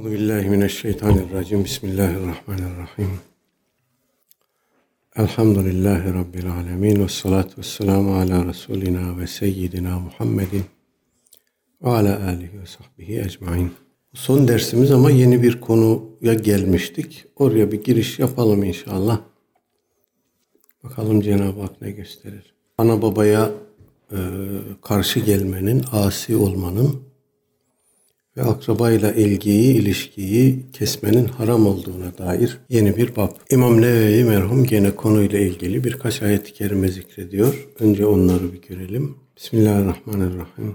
Euzubillahimineşşeytanirracim. Bismillahirrahmanirrahim. Elhamdülillahi Rabbil alemin. Vessalatu vesselamu ala Resulina ve seyyidina Muhammedin ve ala alihi ve sahbihi ecmain. Son dersimiz ama yeni bir konuya gelmiştik. Oraya bir giriş yapalım inşallah. Bakalım Cenab-ı Hak ne gösterir. Ana babaya karşı gelmenin, asi olmanın ve akrabayla ilişkiyi kesmenin haram olduğuna dair yeni bir bab. İmam Nevevi merhum gene konuyla ilgili birkaç ayet-i kerime zikrediyor. Önce onları bir görelim. Bismillahirrahmanirrahim.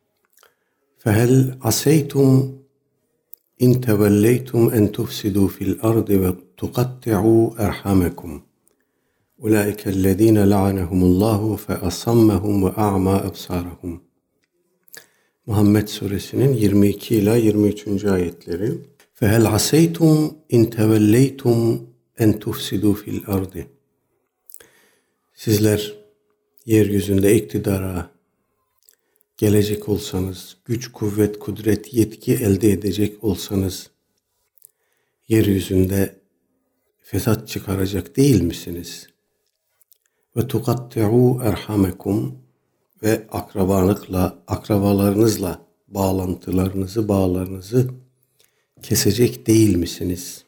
Fehel aseytum in tevelleytum en tufsidu fil ardı ve tukatti'u erhamekum. Ulaikellezine la'anehumullahu fe asammehum ve a'ma ebsarahum. Muhammed Suresinin 22 ila 23. ayetleri. Fehel aseytum in tevelleytum en tufsidu fil ardı. Sizler yeryüzünde iktidara gelecek olsanız, güç, kuvvet, kudret, yetki elde edecek olsanız, yeryüzünde fesat çıkaracak değil misiniz? Ve tukatti'u erhamekum, ve akrabalarınızla bağlarınızı kesecek değil misiniz?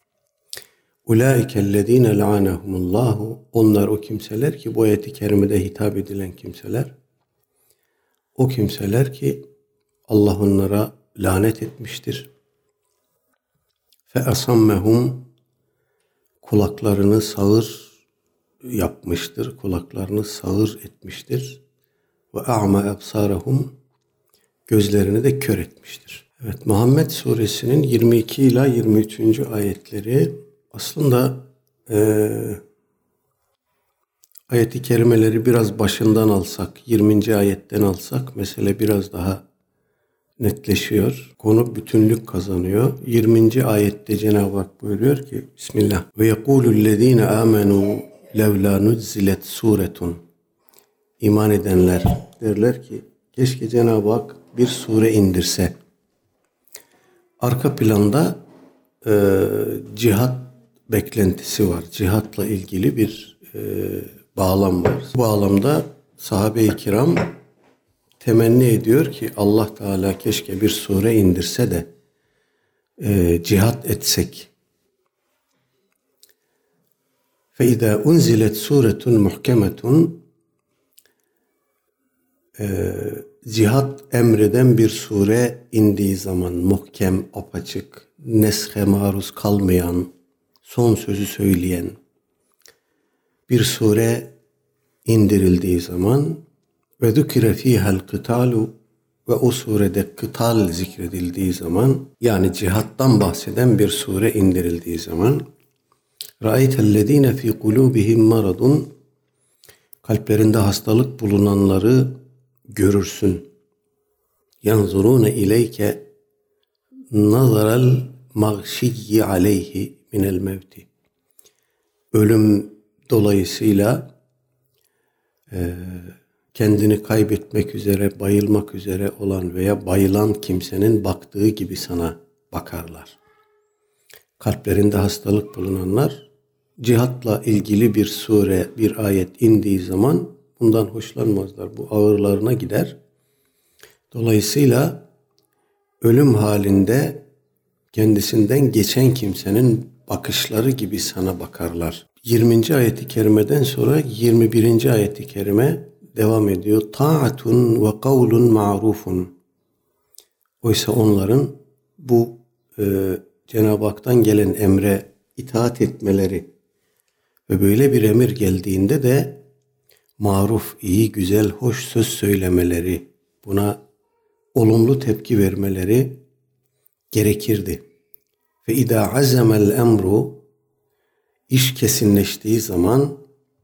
Ulaikellezine la'anehumullahu, onlar o kimseler ki bu ayet-i kerimede hitap edilen kimseler, o kimseler ki Allah onlara lanet etmiştir. Fe asammehum, kulaklarını sağır yapmıştır, kulaklarını sağır etmiştir. Ve a'ma ebsarahum, gözlerini de kör etmiştir. Evet, Muhammed Suresinin 22 ila 23. ayetleri aslında ayet-i kerimeleri biraz başından alsak, 20. ayetten alsak mesele biraz daha netleşiyor. Konu bütünlük kazanıyor. 20. ayette Cenab-ı Hak buyuruyor ki Bismillah. Ve yekulü'llezine amenu levla nuzzilet suretun. İman edenler derler ki keşke Cenab-ı Hak bir sure indirse. Arka planda cihat beklentisi var. Cihatla ilgili bir bağlam var. Bu bağlamda sahabe-i kiram temenni ediyor ki Allah Teala keşke bir sure indirse de cihat etsek. فَاِذَا اُنْزِلَتْ سُورَةٌ مُحْكَمَةٌ, cihat emreden bir sure indiği zaman, muhkem, apaçık, neshe maruz kalmayan, son sözü söyleyen bir sure indirildiği zaman ve zükire fîhel kıtalu, ve o surede kıtal zikredildiği zaman, yani cihattan bahseden bir sure indirildiği zaman, ra'eytellezîne fî kulûbihim maradun, kalplerinde hastalık bulunanları görürsün. Yanzurune ileyke nazaral mağşiyyi aleyhi minel mevti. Ölüm dolayısıyla kendini kaybetmek üzere, bayılmak üzere olan veya bayılan kimsenin baktığı gibi sana bakarlar. Kalplerinde hastalık bulunanlar, cihatla ilgili bir sure, bir ayet indiği zaman bundan hoşlanmazlar. Bu ağırlarına gider. Dolayısıyla ölüm halinde kendisinden geçen kimsenin bakışları gibi sana bakarlar. 20. ayet-i kerimeden sonra 21. ayet-i kerime devam ediyor. Ta'atun ve kavlun ma'rufun. Oysa onların bu Cenab-ı Hak'tan gelen emre itaat etmeleri ve böyle bir emir geldiğinde de maruf, iyi, güzel, hoş söz söylemeleri, buna olumlu tepki vermeleri gerekirdi. Ve idâ azemel emru, iş kesinleştiği zaman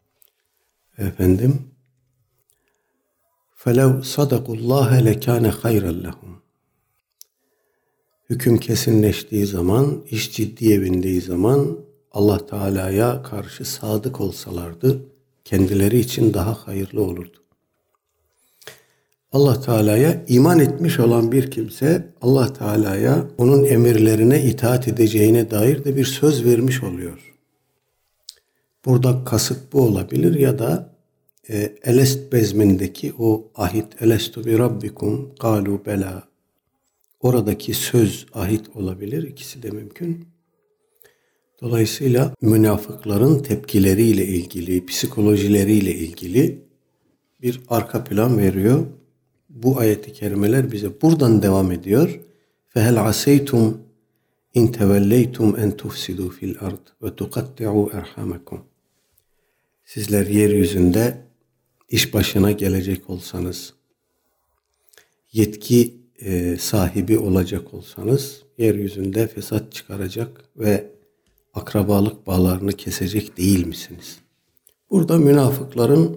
felev sadakullâhe lekâne hayran lehum. Hüküm kesinleştiği zaman, iş ciddiye bindiği zaman Allah Teala'ya karşı sadık olsalardı kendileri için daha hayırlı olurdu. Allah Teala'ya iman etmiş olan bir kimse Allah Teala'ya onun emirlerine itaat edeceğine dair de bir söz vermiş oluyor. Burada kasıt bu olabilir ya da Elest bezmindeki o ahit, Elestu bi rabbikum kalu bela, oradaki söz ahit olabilir. İkisi de mümkün. Dolayısıyla münafıkların tepkileriyle ilgili, psikolojileriyle ilgili bir arka plan veriyor. Bu ayet-i kerimeler bize buradan devam ediyor. فَهَلْ عَسَيْتُمْ اِنْ تَوَلَّيْتُمْ اَنْ تُفْسِدُوا فِي الْأَرْضِ وَتُقَطِّعُوا اَرْحَامَكُمْ. Sizler yeryüzünde iş başına gelecek olsanız, yetki sahibi olacak olsanız, yeryüzünde fesat çıkaracak ve akrabalık bağlarını kesecek değil misiniz? Burada münafıkların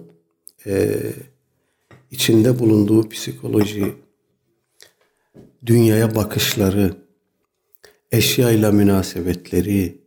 içinde bulunduğu psikoloji, dünyaya bakışları, eşyayla münasebetleri,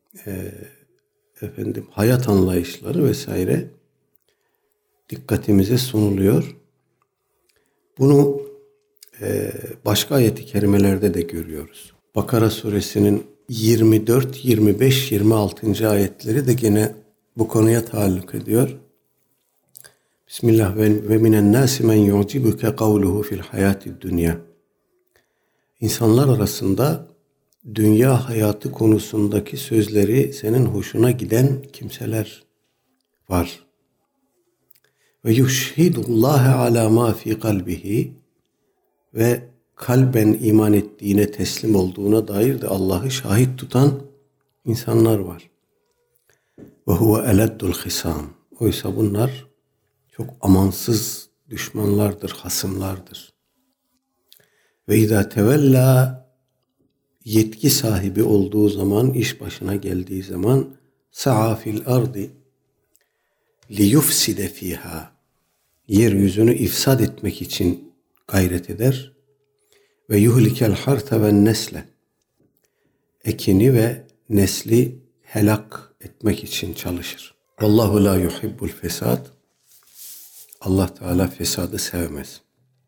hayat anlayışları vesaire dikkatimize sunuluyor. Bunu başka ayet-i kerimelerde de görüyoruz. Bakara suresinin 24, 25, 26. ayetleri de gene bu konuya taalluk ediyor. Bismillah ve minen nâsi men yu'cibuke kavluhu fil hayâtid dünya. İnsanlar arasında dünya hayatı konusundaki sözleri senin hoşuna giden kimseler var. Ve yushhidullâhe alâ mâ fî kalbihi, ve kalben iman ettiğine, teslim olduğuna dair de Allah'ı şahit tutan insanlar var. Ve huve eleddul hisam. Oysa bunlar çok amansız düşmanlardır, hasımlardır. Ve izâ tevellâ, yetki sahibi olduğu zaman, iş başına geldiği zaman, sa'a fil ardi liyufside fiha, yeryüzünü ifsad etmek için gayret eder. Ve yuhlikel harta ve nesle, ekini ve nesli helak etmek için çalışır. Vallahu la yuhibbul fesad. Allah Teala fesadı sevmez.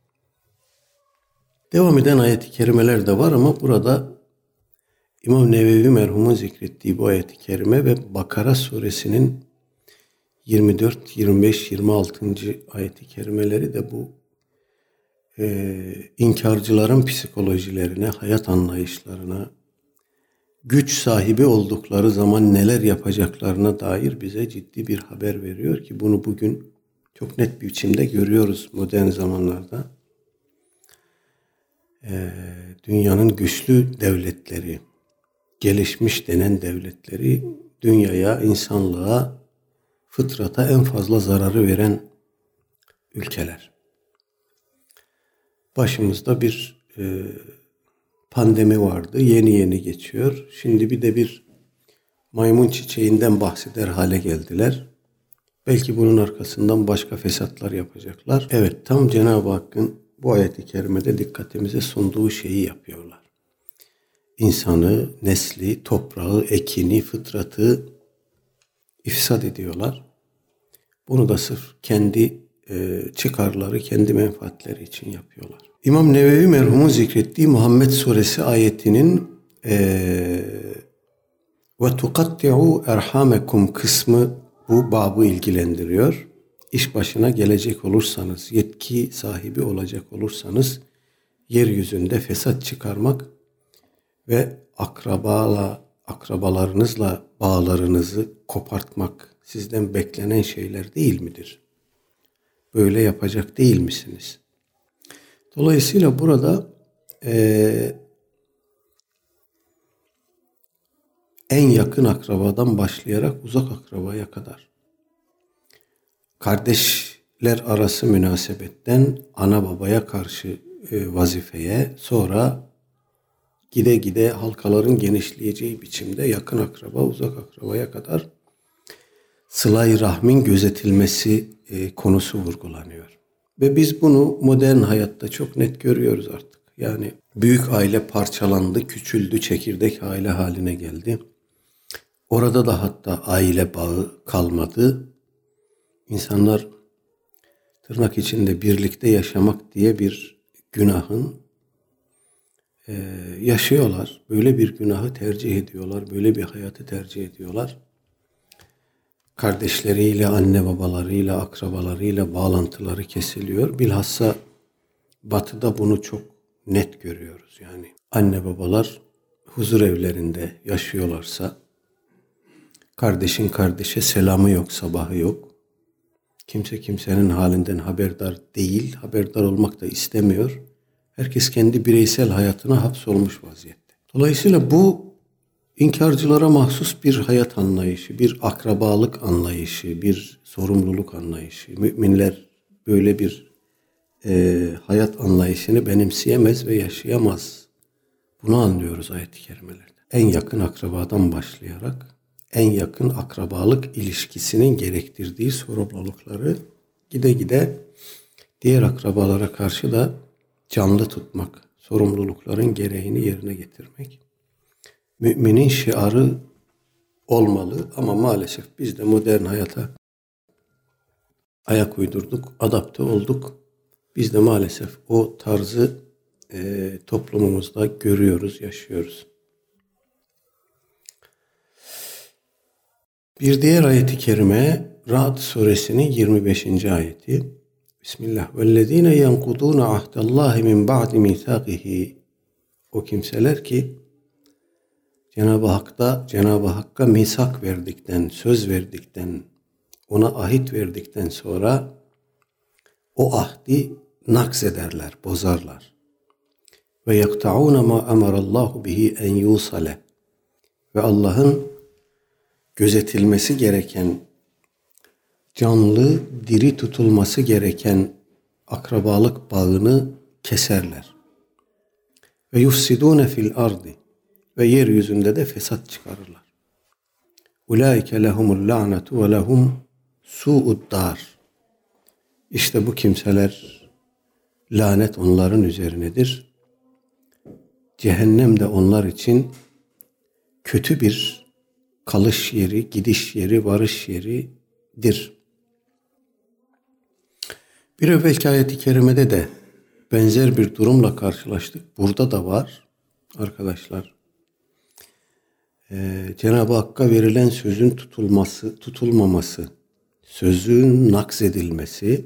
Devam eden ayet-i kerimeler de var ama burada İmam Nevevi merhumun zikrettiği bu ayet-i kerime ve Bakara suresinin 24, 25, 26. ayet-i kerimeleri de bu inkarcıların psikolojilerine, hayat anlayışlarına, güç sahibi oldukları zaman neler yapacaklarına dair bize ciddi bir haber veriyor ki bunu bugün çok net bir biçimde görüyoruz modern zamanlarda. Dünyanın güçlü devletleri, gelişmiş denen devletleri dünyaya, insanlığa, fıtrata en fazla zararı veren ülkeler. Başımızda bir pandemi vardı. Yeni geçiyor. Şimdi bir de bir maymun çiçeğinden bahseder hale geldiler. Belki bunun arkasından başka fesatlar yapacaklar. Evet, tam Cenab-ı Hakk'ın bu ayet-i kerimede dikkatimize sunduğu şeyi yapıyorlar. İnsanı, nesli, toprağı, ekini, fıtratı ifsad ediyorlar. Bunu da sırf kendi çıkarları, kendi menfaatleri için yapıyorlar. İmam Nevevi merhumun zikrettiği Muhammed suresi ayetinin ve tukatti'u erhamekum kısmı bu babı ilgilendiriyor. İş başına gelecek olursanız, yetki sahibi olacak olursanız, yeryüzünde fesat çıkarmak ve akrabalarınızla bağlarınızı kopartmak sizden beklenen şeyler değil midir? Böyle yapacak değil misiniz? Dolayısıyla burada en yakın akrabadan başlayarak uzak akrabaya kadar, kardeşler arası münasebetten ana babaya karşı vazifeye, sonra gide gide halkaların genişleyeceği biçimde yakın akraba, uzak akrabaya kadar sıla-i rahmin gözetilmesi konusu vurgulanıyor. Ve biz bunu modern hayatta çok net görüyoruz artık. Yani büyük aile parçalandı, küçüldü, çekirdek aile haline geldi. Orada da hatta aile bağı kalmadı. İnsanlar tırnak içinde birlikte yaşamak diye bir günahın yaşıyorlar. Böyle bir günahı tercih ediyorlar. Böyle bir hayatı tercih ediyorlar. Kardeşleriyle, anne babalarıyla, akrabalarıyla bağlantıları kesiliyor. Bilhassa Batı'da bunu çok net görüyoruz. Yani anne babalar huzur evlerinde yaşıyorlarsa kardeşin kardeşe selamı yok, sabahı yok. Kimse kimsenin halinden haberdar değil, haberdar olmak da istemiyor. Herkes kendi bireysel hayatına hapsolmuş vaziyette. Dolayısıyla bu inkarcılara mahsus bir hayat anlayışı, bir akrabalık anlayışı, bir sorumluluk anlayışı. Müminler böyle bir hayat anlayışını benimseyemez ve yaşayamaz. Bunu anlıyoruz ayet-i kerimelerde. En yakın akrabadan başlayarak en yakın akrabalık ilişkisinin gerektirdiği sorumlulukları gide gide diğer akrabalara karşı da canlı tutmak, sorumlulukların gereğini yerine getirmek. Müminin şiarı olmalı ama maalesef biz de modern hayata ayak uydurduk, adapte olduk. Biz de maalesef o tarzı toplumumuzda görüyoruz, yaşıyoruz. Bir diğer ayet-i kerime Ra'd suresinin 25. ayeti. Bismillah. وَالَّذ۪ينَ يَنْقُضُونَ عَهْدَ اللّٰهِ مِنْ بَعْدِ مِيثَاقِهِ. O kimseler ki Cenab-ı Hakk'a misak verdikten, söz verdikten, ona ahit verdikten sonra o ahdi nakz ederler, bozarlar. Ve yakta'ûne mâ emarallâhu bihi en yusale. Ve Allah'ın gözetilmesi gereken, canlı, diri tutulması gereken akrabalık bağını keserler. Ve yufsidûne fil ardi. Ve yeryüzünde de fesat çıkarırlar. Ulaike lehumul la'netu ve lehum su'ud dar. İşte bu kimseler, lanet onların üzerinedir. Cehennem de onlar için kötü bir kalış yeri, gidiş yeri, varış yeridir. Bir evvelki ayet-i kerimede de benzer bir durumla karşılaştık. Burada da var arkadaşlar. Cenab-ı Hakk'a verilen sözün tutulmaması, sözün nakzedilmesi,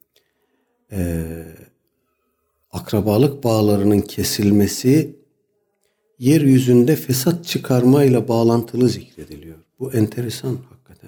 akrabalık bağlarının kesilmesi, yeryüzünde fesat çıkarmayla bağlantılı zikrediliyor. Bu enteresan hakikaten.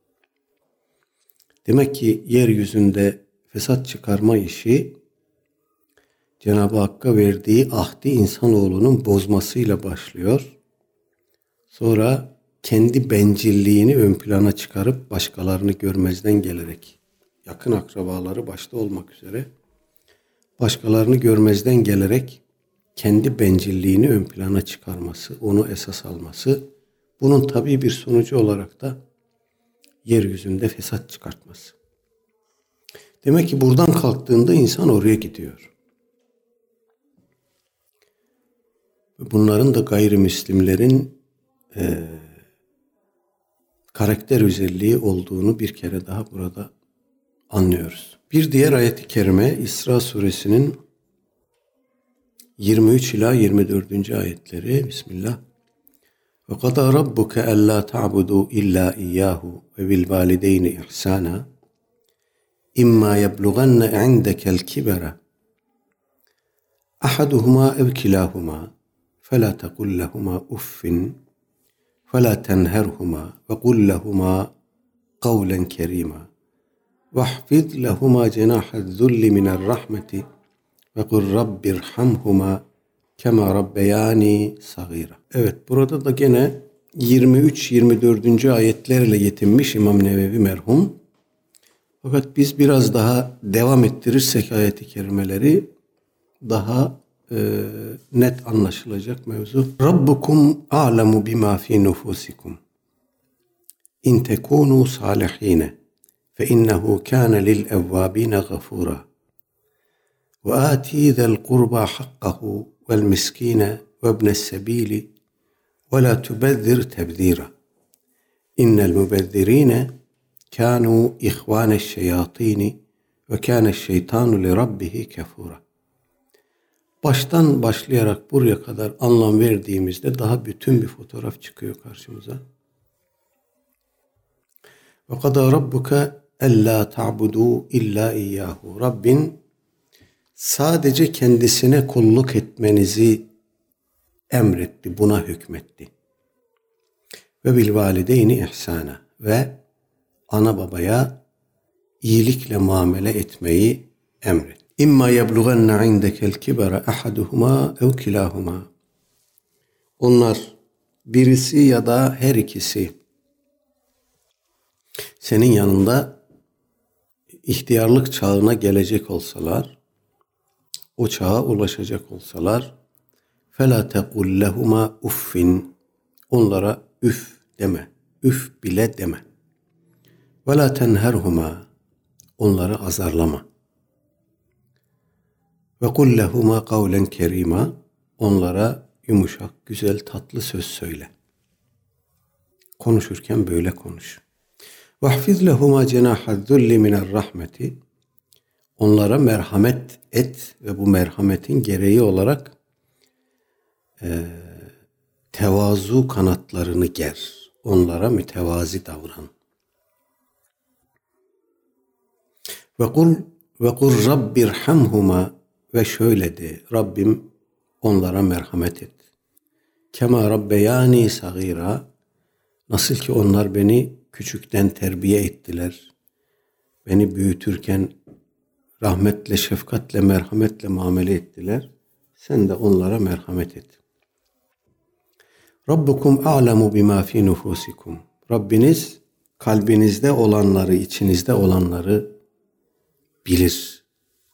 Demek ki yeryüzünde fesat çıkarma işi Cenab-ı Hakk'a verdiği ahdi insanoğlunun bozmasıyla başlıyor. Sonra kendi bencilliğini ön plana çıkarıp başkalarını görmezden gelerek, yakın akrabaları başta olmak üzere başkalarını görmezden gelerek kendi bencilliğini ön plana çıkarması, onu esas alması, bunun tabii bir sonucu olarak da yeryüzünde fesat çıkartması. Demek ki buradan kalktığında insan oraya gidiyor. Bunların da gayrimüslimlerin karakter özelliği olduğunu bir kere daha burada anlıyoruz. Bir diğer ayet-i kerime İsra suresinin 23 ila 24. ayetleri. Bismillah. Ve qada rabbuke alla ta'budu illa iyyahu ve bil valideyni ihsana imma yeblughanna indekel kibara ahaduhuma ev kilahuma fela taqul lahuma uffin fela tenherhuma ve kul lahuma kavlen kerima vahfid lahuma cenaha'z-zulli mine'r-rahmeti ve kul rabbirhamhuma kema rabbeyani sagira. Evet, burada da gene 23-24. ayetlerle yetinmiş İmam Nevevi merhum. Fakat biz biraz daha devam ettirirsek ayet-i kerimeleri daha net anlaşılacak mevzu. Rabbukum a'lemu bima fi nufusikum. İn tekunu salihine fe innehu kana lil evvabine gafura. Ve ati zel kurba hakkahu vel miskine ve ibnes sebili ve la tubezzir tebzira. İnnel mübezzirine kanu ihvaneş şeyatini Ve kâne şeytanu li rabbihi kefura. Baştan başlayarak buraya kadar anlam verdiğimizde daha bütün bir fotoğraf çıkıyor karşımıza. Ve kadâ rabbuke ellâ ta'budû illâ iyyâhu. Rabbin sadece kendisine kulluk etmenizi emretti, buna hükmetti. Ve bil valideyni ihsâna. Ve ana babaya iyilikle muamele etmeyi emretti. İmma yeblugenne indekel kibara ahaduhuma ev kilahuma. Onlar birisi ya da her ikisi senin yanında ihtiyarlık çağına gelecek olsalar, o çağa ulaşacak olsalar, فَلَا تَقُلْ لَهُمَا uffin. Onlara üf deme, üf bile deme. وَلَا تَنْهَرْهُمَا. Onları azarlama. وَقُلْ لَهُمَا قَوْلًا كَرِيمًا. Onlara yumuşak, güzel, tatlı söz söyle. Konuşurken böyle konuş. وَحْفِظْ لَهُمَا جَنَاحَ الذُّلِّ مِنَ الرَّحْمَةِ. Onlara merhamet et ve bu merhametin gereği olarak tevazu kanatlarını ger. Onlara mütevazi davran. Ve kul Rabbirhamhuma. Ve şöyle de, Rabbim onlara merhamet et. Kema rabbeyani sagira. Nasıl ki onlar beni küçükten terbiye ettiler. Beni büyütürken rahmetle, şefkatle, merhametle muamele ettiler. Sen de onlara merhamet et. Rabbukum a'lemu bima fi nufusikum. Rabbiniz kalbinizde olanları, içinizde olanları bilir.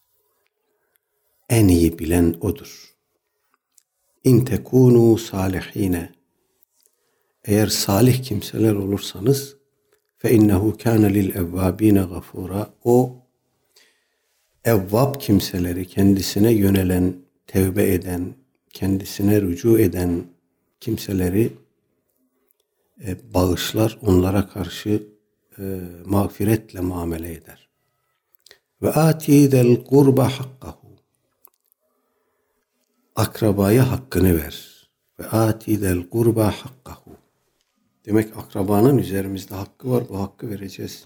En iyi bilen odur. İn tekunu salihine. Eğer salih kimseler olursanız fe innehu kâne lil evvâbîne gafûrâ. O evvab kimseleri, kendisine yönelen, tevbe eden, kendisine rücu eden kimseleri bağışlar, onlara karşı mağfiretle muamele eder. Ve âtîdel kurba hakkahu. Akrabaya hakkını ver. Ve âtîdel kurba hakkahu. Demek akrabanın üzerimizde hakkı var, bu hakkı vereceğiz.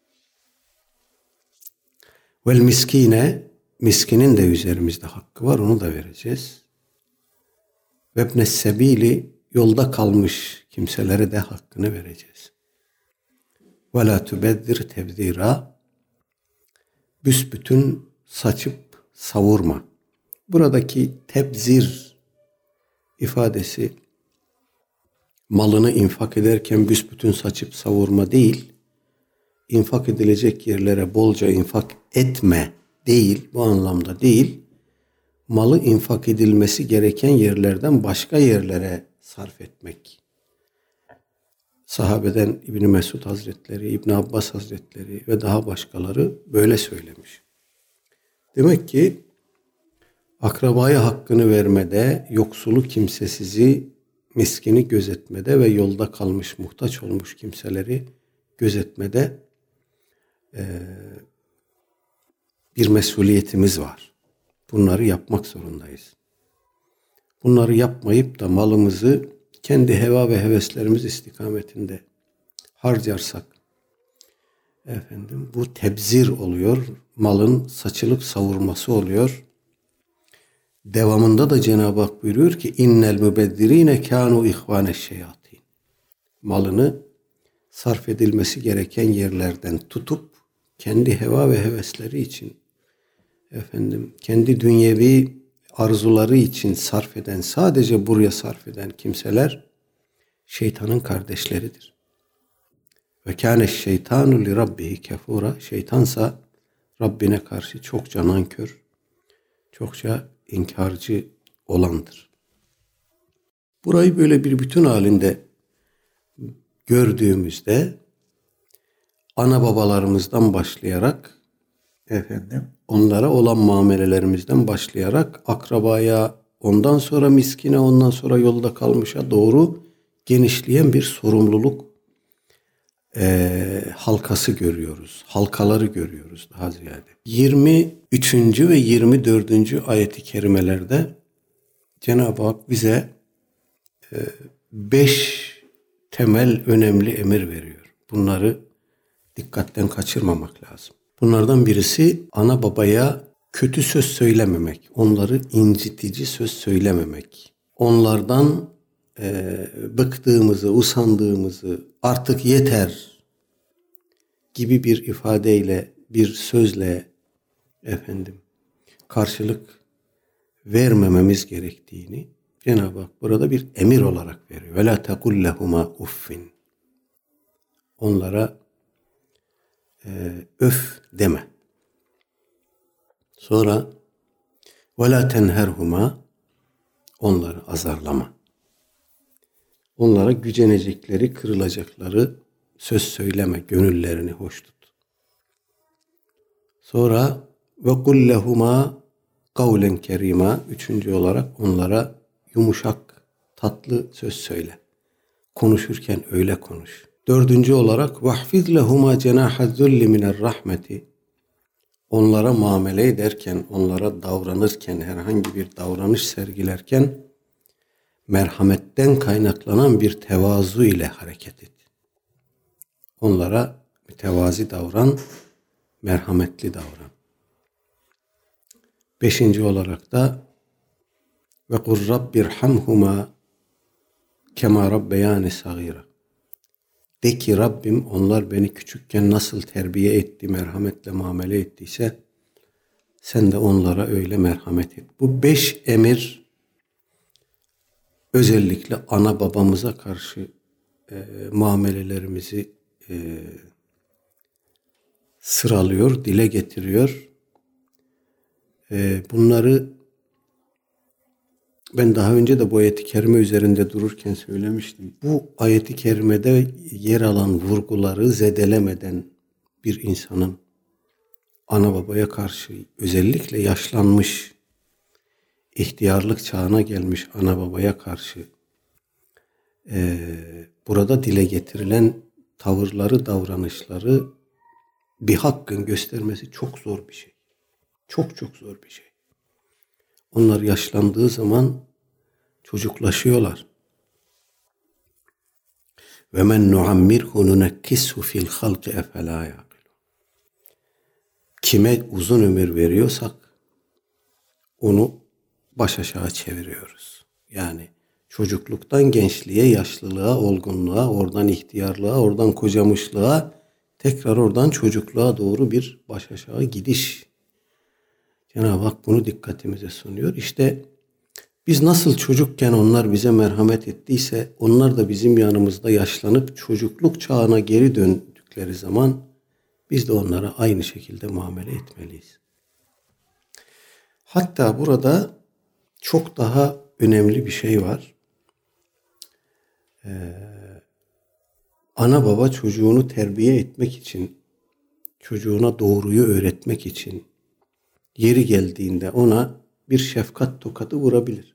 Vel miskine, miskinin de üzerimizde hakkı var, onu da vereceğiz. Ve ibnes sebili, yolda kalmış kimselere de hakkını vereceğiz. Ve la tübeddir tebdira. Büsbütün saçıp savurma. Buradaki tebzir ifadesi malını infak ederken büsbütün saçıp savurma değil, infak edilecek yerlere bolca infak etme değil, bu anlamda değil, malı infak edilmesi gereken yerlerden başka yerlere sarf etmek. Sahabeden İbn Mesud Hazretleri, İbn Abbas Hazretleri ve daha başkaları böyle söylemiş. Demek ki akrabaya hakkını vermede, yoksulu kimsesizi, miskini gözetmede ve yolda kalmış, muhtaç olmuş kimseleri gözetmede bir mesuliyetimiz var. Bunları yapmak zorundayız. Bunları yapmayıp da malımızı kendi heva ve heveslerimiz istikametinde harcarsak, bu tebzir oluyor, malın saçılıp savurması oluyor. Devamında da Cenab-ı Hak buyuruyor ki innel mübeddirine kânû ihvâneşşeyâtîn. Malını sarf edilmesi gereken yerlerden tutup kendi heva ve hevesleri için, kendi dünyevi arzuları için sarf eden, sadece buraya sarf eden kimseler şeytanın kardeşleridir. Ve kâne şeytanu li rabbihi kefûra. Şeytansa Rabbine karşı çokça nankör, çokça inkarcı olandır. Burayı böyle bir bütün halinde gördüğümüzde ana babalarımızdan başlayarak onlara olan muamelelerimizden başlayarak akrabaya, ondan sonra miskine, ondan sonra yolda kalmışa doğru genişleyen bir sorumluluk halkası görüyoruz. Halkaları görüyoruz daha ziyade. 23. ve 24. ayet-i kerimelerde Cenab-ı Hak bize 5 temel önemli emir veriyor. Bunları dikkatten kaçırmamak lazım. Bunlardan birisi ana babaya kötü söz söylememek, onları incitici söz söylememek, onlardan bıktığımızı, usandığımızı, artık yeter gibi bir ifadeyle, bir sözle karşılık vermememiz gerektiğini Cenab-ı Hak burada bir emir olarak veriyor. Ve la tekul lehuma uffin. Onlara öf deme. Sonra ve la tenherhuma, onları azarlama. Onlara gücenecekleri, kırılacakları söz söyleme, gönüllerini hoş tut. Sonra ve kul lehuma kavlen kerima, üçüncü olarak onlara yumuşak, tatlı söz söyle. Konuşurken öyle konuş. Dördüncü olarak vahfiz lehuma cenahaz-zulli mine'r-rahmeti. Onlara muamele ederken, onlara davranırken, herhangi bir davranış sergilerken merhametten kaynaklanan bir tevazu ile hareket et. Onlara mütevazi davran, merhametli davran. Beşinci olarak da ve kur rabbirhamhuma kema rabbeyani sagira. De ki Rabbim, onlar beni küçükken nasıl terbiye etti, merhametle muamele ettiyse sen de onlara öyle merhamet et. Bu 5 emir özellikle ana babamıza karşı muamelelerimizi sıralıyor, dile getiriyor. Bunları ben daha önce de bu ayet-i kerime üzerinde dururken söylemiştim. Bu ayet-i kerimede yer alan vurguları zedelemeden bir insanın ana babaya karşı, özellikle yaşlanmış, ihtiyarlık çağına gelmiş ana babaya karşı burada dile getirilen tavırları, davranışları bir hakkın göstermesi çok zor bir şey. Çok çok zor bir şey. Onlar yaşlandığı zaman çocuklaşıyorlar. Ve men nuammirhu nunekkishu fil halqi efela yaqilun. Kime uzun ömür veriyorsak onu baş aşağı çeviriyoruz. Yani çocukluktan gençliğe, yaşlılığa, olgunluğa, oradan ihtiyarlığa, oradan kocamışlığa, tekrar oradan çocukluğa doğru bir baş aşağı gidiş. Cenab-ı Hak bunu dikkatimize sunuyor. İşte biz nasıl çocukken onlar bize merhamet ettiyse, onlar da bizim yanımızda yaşlanıp çocukluk çağına geri döndükleri zaman biz de onlara aynı şekilde muamele etmeliyiz. Hatta burada çok daha önemli bir şey var. Ana baba çocuğunu terbiye etmek için, çocuğuna doğruyu öğretmek için yeri geldiğinde ona bir şefkat tokadı vurabilir.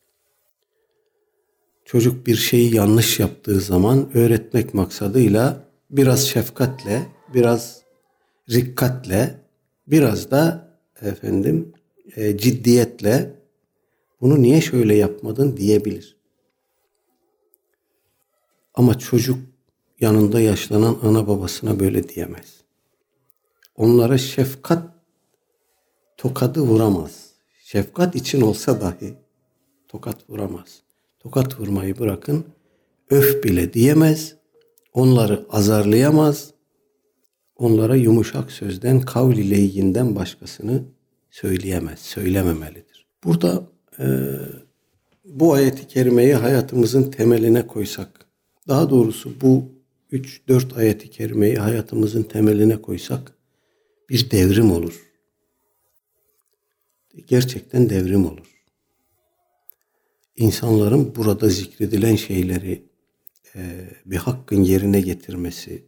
Çocuk bir şeyi yanlış yaptığı zaman öğretmek maksadıyla biraz şefkatle, biraz rikkatle, biraz da ciddiyetle bunu niye şöyle yapmadın diyebilir. Ama çocuk yanında yaşlanan ana babasına böyle diyemez. Onlara şefkat tokadı vuramaz. Şefkat için olsa dahi tokat vuramaz. Tokat vurmayı bırakın, öf bile diyemez, onları azarlayamaz, onlara yumuşak sözden, kavl-i leyyinden başkasını söyleyemez, söylememelidir. Burada bu ayet-i kerimeyi hayatımızın temeline koysak, daha doğrusu bu 3-4 ayet-i kerimeyi hayatımızın temeline koysak bir devrim olur. Gerçekten devrim olur. İnsanların burada zikredilen şeyleri bir hakkın yerine getirmesi,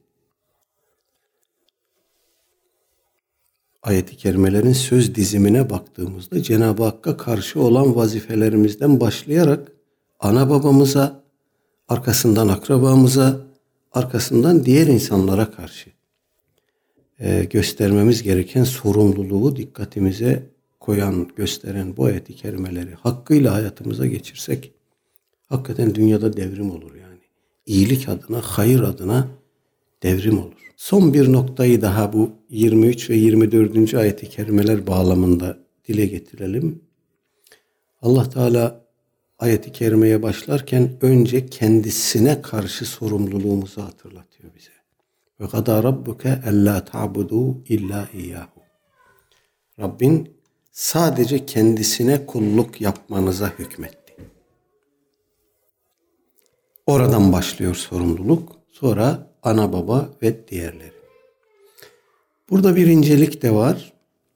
ayet-i kerimelerin söz dizimine baktığımızda Cenab-ı Hakk'a karşı olan vazifelerimizden başlayarak ana babamıza, arkasından akrabamıza, arkasından diğer insanlara karşı göstermemiz gereken sorumluluğu dikkatimize koyan, gösteren bu ayet-i kerimeleri hakkıyla hayatımıza geçirsek hakikaten dünyada devrim olur yani. İyilik adına, hayır adına devrim olur. Son bir noktayı daha bu 23 ve 24. ayet-i kerimeler bağlamında dile getirelim. Allah Teala ayet-i kerimeye başlarken önce kendisine karşı sorumluluğumuzu hatırlatıyor bize. Ve kadâ rabbuke ellâ ta'budû illâ iyyâhu. Rabbin sadece kendisine kulluk yapmanıza hükmetti. Oradan başlıyor sorumluluk. Sonra ana baba ve diğerleri. Burada bir incelik de var.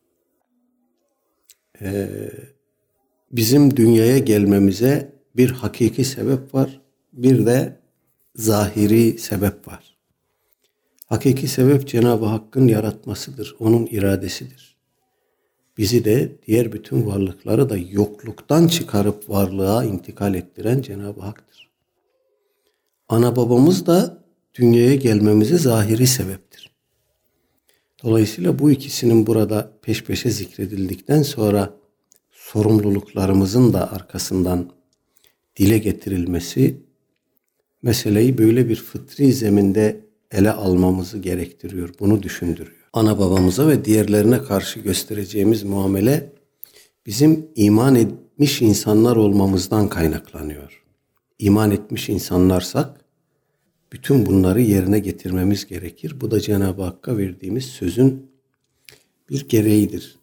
Bizim dünyaya gelmemize bir hakiki sebep var. Bir de zahiri sebep var. Hakiki sebep Cenab-ı Hakk'ın yaratmasıdır. Onun iradesidir. Bizi de diğer bütün varlıkları da yokluktan çıkarıp varlığa intikal ettiren Cenab-ı Hak'tır. Ana babamız da dünyaya gelmemize zahiri sebeptir. Dolayısıyla bu ikisinin burada peş peşe zikredildikten sonra sorumluluklarımızın da arkasından dile getirilmesi meseleyi böyle bir fıtri zeminde ele almamızı gerektiriyor. Bunu düşündürüyor. Ana babamıza ve diğerlerine karşı göstereceğimiz muamele bizim iman etmiş insanlar olmamızdan kaynaklanıyor. İman etmiş insanlarsak bütün bunları yerine getirmemiz gerekir. Bu da Cenab-ı Hakk'a verdiğimiz sözün bir gereğidir.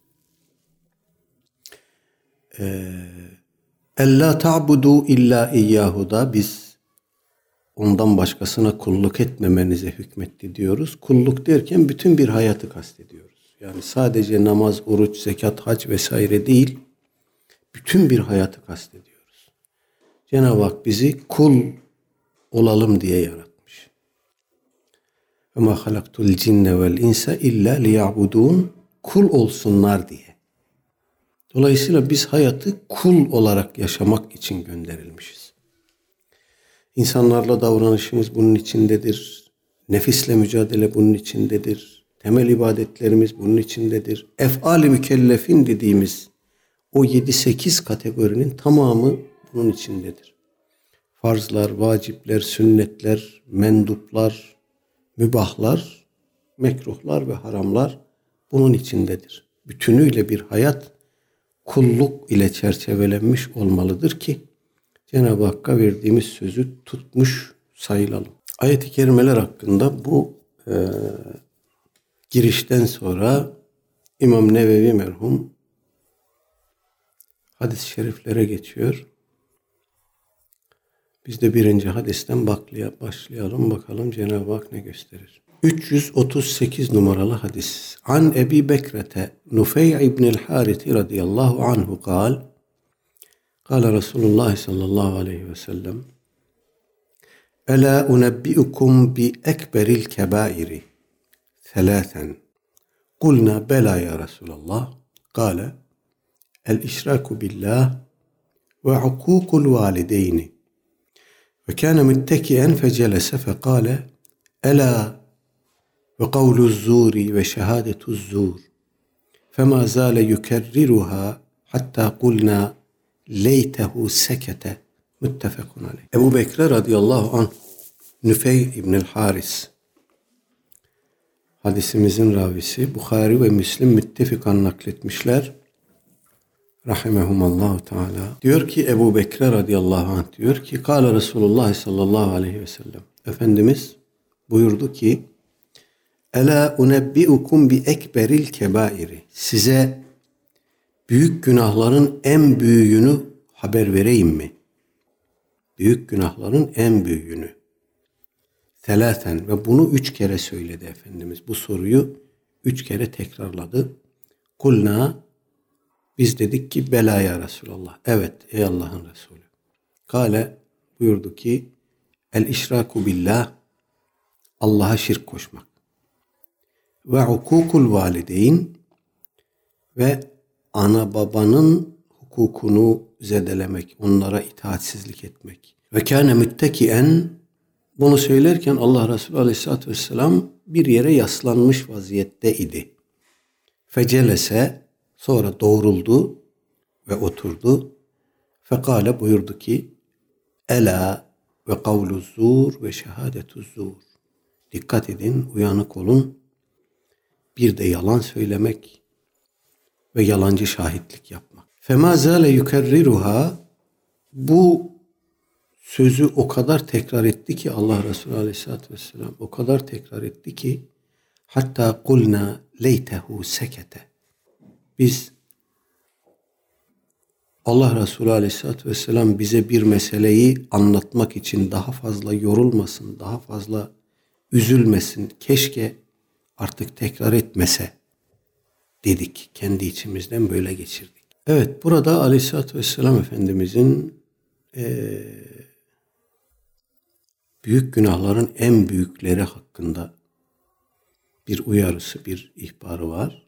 Ellâ ta'budu illâ iyyahu'da biz ondan başkasına kulluk etmemenize hükmetti diyoruz. Kulluk derken bütün bir hayatı kastediyoruz. Yani sadece namaz, oruç, zekat, hac vesaire değil, bütün bir hayatı kastediyoruz. Cenab-ı Hak bizi kul olalım diye yaratmış. Ve mâ halaktul cinne vel insa illa liya'budûn, kul olsunlar diye. Dolayısıyla biz hayatı kul olarak yaşamak için gönderilmişiz. İnsanlarla davranışımız bunun içindedir. Nefisle mücadele bunun içindedir. Temel ibadetlerimiz bunun içindedir. Ef'al-i mükellefin dediğimiz o 7-8 kategorinin tamamı bunun içindedir. Farzlar, vacipler, sünnetler, menduplar, mübahlar, mekruhlar ve haramlar bunun içindedir. Bütünüyle bir hayat kulluk ile çerçevelenmiş olmalıdır ki Cenab-ı Hakk'a verdiğimiz sözü tutmuş sayılalım. Ayet-i kerimeler hakkında bu girişten sonra İmam Nevevi merhum hadis-i şeriflere geçiyor. Biz de birinci hadisten başlayalım bakalım Cenab-ı Hak ne gösterir. 338 numaralı hadis. An Ebi Bekrete Nufey ibnil Harith radıyallahu anhu kal. Kâle Resulullah sallallahu aleyhi ve sellem. Ela unebbi'ukum bi ekberil kebairi. Thelâthen. Kulna bela ya Resulallah. Kâle el işraku billah ve hukukul valideyni. Ve kâne müttekien fecelese fekâle ela ve kavluz zuri ve şehadetuz zur. Fema zâle yukerriruha hatta kulna leytehu sekete. Müttefekun aleyh. Ebu Bekir radıyallahu anh Nüfey İbnül Haris hadisimizin ravisi Bukhari ve Müslim müttefikan nakletmişler. Rahimehumallahu Teala. Diyor ki Ebu Bekir radıyallahu anh diyor ki Kâle Resulullah sallallahu aleyhi ve sellem. Efendimiz buyurdu ki Ela unebbi'ukum bi ekberil kebairi. Size büyük günahların en büyüğünü haber vereyim mi? Büyük günahların en büyüğünü. Thelâthen ve bunu 3 kere söyledi Efendimiz. Bu soruyu 3 kere tekrarladı. Kulna biz dedik ki bela ya Resulallah. Evet ey Allah'ın Resulü. Kale buyurdu ki el işraku billah Allah'a şirk koşmak. Ve hukukul valideyn ve ana babanın hukukunu zedelemek, onlara itaatsizlik etmek. Ve kâne müttekien Bunu söylerken Allah Resulü Aleyhisselatü Vesselam bir yere yaslanmış vaziyette idi. Fecelese, sonra doğruldu ve oturdu. Fekale, buyurdu ki, Ela ve kavlu zur ve şehadetu zur. Dikkat edin, uyanık olun. Bir de yalan söylemek ve yalancı şahitlik yapmak. Fema zâle yukerriruha, bu sözü o kadar tekrar etti ki Allah Resulü Aleyhisselatü Vesselam o kadar tekrar etti ki hatta kulna leytehu sekete. Biz Allah Resulü Aleyhisselatü Vesselam bize bir meseleyi anlatmak için daha fazla yorulmasın, daha fazla üzülmesin, keşke artık tekrar etmese dedik. Kendi içimizden böyle geçirdik. Evet, burada Aleyhisselatü Vesselam Efendimizin büyük günahların en büyükleri hakkında bir uyarısı, bir ihbarı var.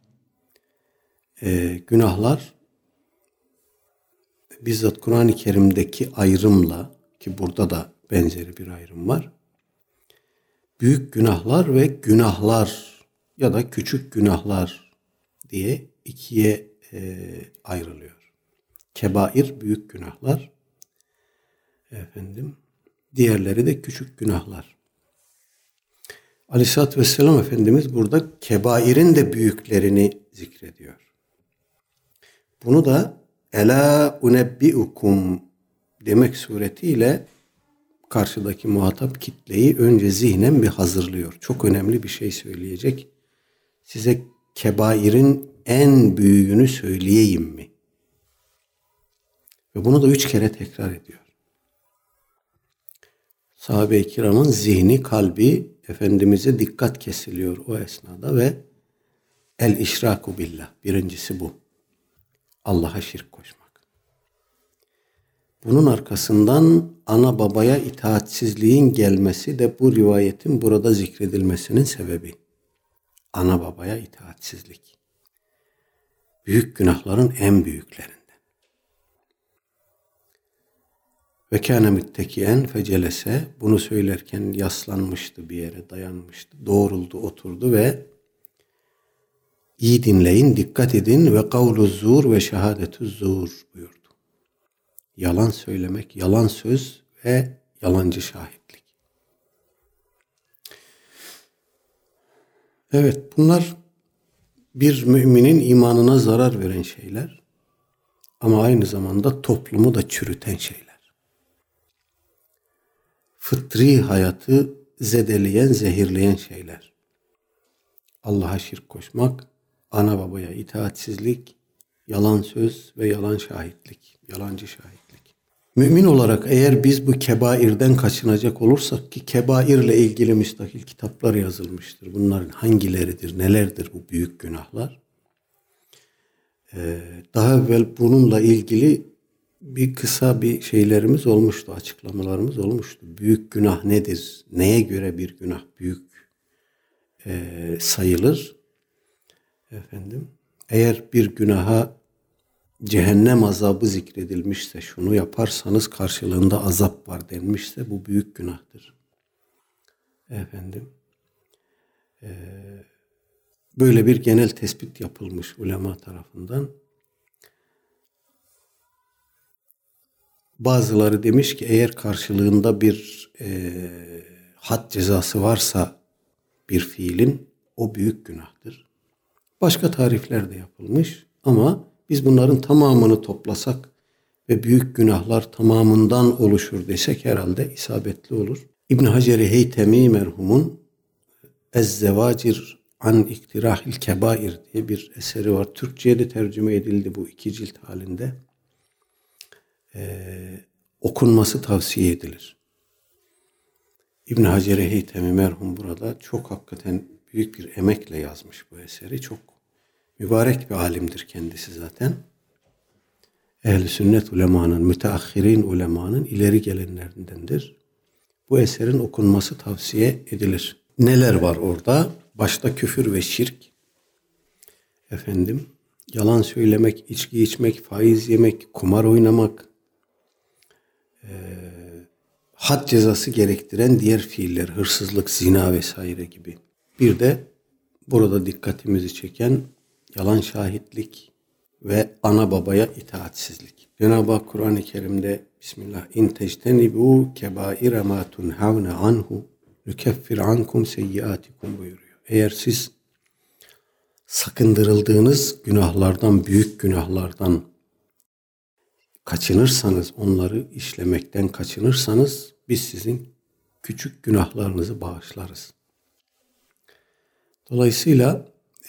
Günahlar bizzat Kur'an-ı Kerim'deki ayrımla, ki burada da benzeri bir ayrım var, büyük günahlar ve günahlar ya da küçük günahlar diye ikiye ayrılıyor. Kebair büyük günahlar, diğerleri de küçük günahlar. Aleyhisselatü Vesselam Efendimiz burada kebairin de büyüklerini zikrediyor. Bunu da Ela unebbiukum demek suretiyle karşıdaki muhatap kitleyi önce zihnen bir hazırlıyor. Çok önemli bir şey söyleyecek. Size kebairin en büyüğünü söyleyeyim mi? Ve bunu da 3 kere tekrar ediyor. Sahabe-i kiramın zihni, kalbi Efendimiz'e dikkat kesiliyor o esnada ve el işraku billah. Birincisi bu. Allah'a şirk koşmak. Bunun arkasından ana babaya itaatsizliğin gelmesi de bu rivayetin burada zikredilmesinin sebebi. Ana babaya itaatsizlik. Büyük günahların en büyüklerinden. Ve kâne müttekiyen fecelese, bunu söylerken yaslanmıştı, bir yere dayanmıştı. Doğruldu, oturdu ve iyi dinleyin, dikkat edin ve kavlu zur ve şehadetü zur buyurdu. Yalan söylemek, yalan söz ve yalancı şahitlik. Evet, bunlar bir müminin imanına zarar veren şeyler ama aynı zamanda toplumu da çürüten şeyler. Fıtri hayatı zedeleyen, zehirleyen şeyler. Allah'a şirk koşmak, ana babaya itaatsizlik, yalan söz ve yalan şahitlik, yalancı şahitlik. Mümin olarak eğer biz bu kebairden kaçınacak olursak, ki kebairle ilgili müstakil kitaplar yazılmıştır. Bunların hangileridir, nelerdir bu büyük günahlar? Daha evvel bununla ilgili bir kısa bir şeylerimiz olmuştu, açıklamalarımız olmuştu. Büyük günah nedir? Neye göre bir günah büyük sayılır? Eğer bir günaha cehennem azabı zikredilmişse, şunu yaparsanız karşılığında azap var denmişse bu büyük günahtır. Böyle bir genel tespit yapılmış ulema tarafından. Bazıları demiş ki eğer karşılığında bir had cezası varsa bir fiilin, o büyük günahtır. Başka tarifler de yapılmış ama biz bunların tamamını toplasak ve büyük günahlar tamamından oluşur desek herhalde isabetli olur. İbn Hacer-i Heytemi merhumun Ez-Zevacir an iktirahil kebair diye bir eseri var. Türkçe'ye de tercüme edildi bu 2 cilt halinde. Okunması tavsiye edilir. İbn Hacer-i Heytemi merhum burada çok hakikaten büyük bir emekle yazmış bu eseri. Çok mübarek bir alimdir kendisi zaten. Ehl-i sünnet ulemanın, müteahhirin ulemanın ileri gelenlerindendir. Bu eserin okunması tavsiye edilir. Neler var orada? Başta küfür ve şirk. Yalan söylemek, içki içmek, faiz yemek, kumar oynamak, had cezası gerektiren diğer fiiller, hırsızlık, zina vesaire gibi. Bir de burada dikkatimizi çeken yalan şahitlik ve ana babaya itaatsizlik. Cenab-ı Hak Kur'an-ı Kerim'de Bismillah in tectenibu kebaire ma tunhavne anhu nukeffir ankum seyyiatikum buyuruyor. Eğer siz sakındırıldığınız günahlardan, büyük günahlardan kaçınırsanız, onları işlemekten kaçınırsanız biz sizin küçük günahlarınızı bağışlarız. Dolayısıyla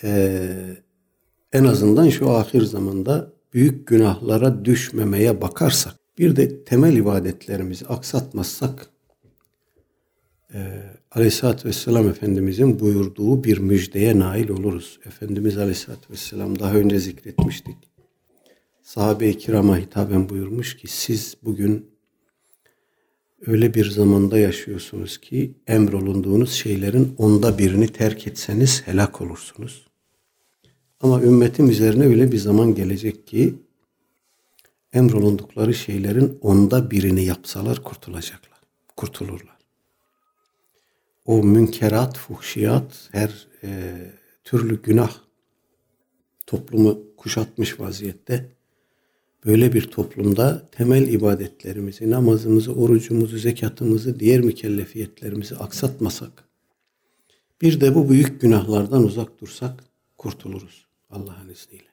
en azından şu ahir zamanda büyük günahlara düşmemeye bakarsak, bir de temel ibadetlerimizi aksatmazsak Aleyhisselatü Vesselam Efendimizin buyurduğu bir müjdeye nail oluruz. Efendimiz Aleyhisselatü Vesselam daha önce zikretmiştik. Sahabe-i kirama hitaben buyurmuş ki siz bugün öyle bir zamanda yaşıyorsunuz ki emrolunduğunuz şeylerin 1/10'ını terk etseniz helak olursunuz. Ama ümmetim üzerine öyle bir zaman gelecek ki emrolundukları şeylerin 1/10'ını yapsalar kurtulurlar. O münkerat, fuhşiyat, her türlü günah toplumu kuşatmış vaziyette. Böyle bir toplumda temel ibadetlerimizi, namazımızı, orucumuzu, zekatımızı, diğer mükellefiyetlerimizi aksatmasak, bir de bu büyük günahlardan uzak dursak kurtuluruz Allah'ın izniyle.